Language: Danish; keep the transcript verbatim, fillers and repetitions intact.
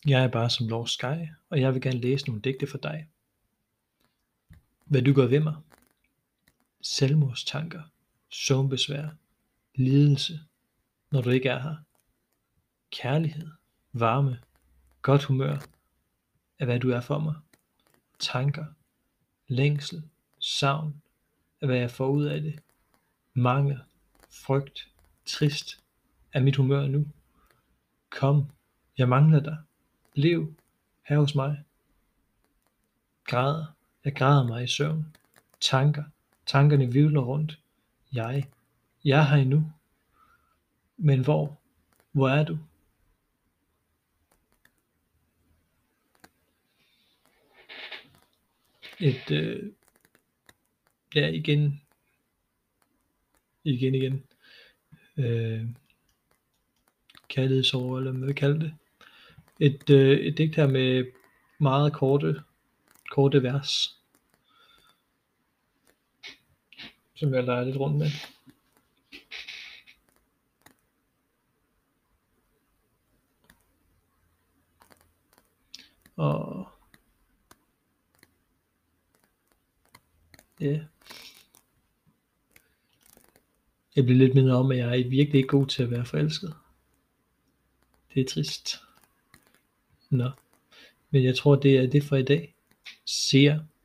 Jeg er bare som Lord Sky, og jeg vil gerne læse nogle digte for dig. Hvad du gør ved mig. Selvmordstanker, søvnbesvær, lidelse, når du ikke er her. Kærlighed, varme, godt humør er hvad du er for mig. Tanker, længsel, savn er hvad jeg får ud af det. Mangel, frygt, trist er mit humør nu. Kom, jeg mangler dig. Lev her hos mig. Græder, jeg græder mig i søvn. Tanker, tankerne hvirvler rundt. Jeg, jeg er her endnu. Men hvor, hvor er du? Et, øh, ja igen, igen igen, øh, kærlighedssorg, eller hvad man vil kalde det. Et, øh, et digt her med meget korte, korte vers, som jeg leger lidt rundt med. Og ja, jeg bliver lidt mindet om, at jeg er virkelig ikke god til at være forelsket. Det er trist. Nå, men jeg tror, det er det for i dag. Se jer.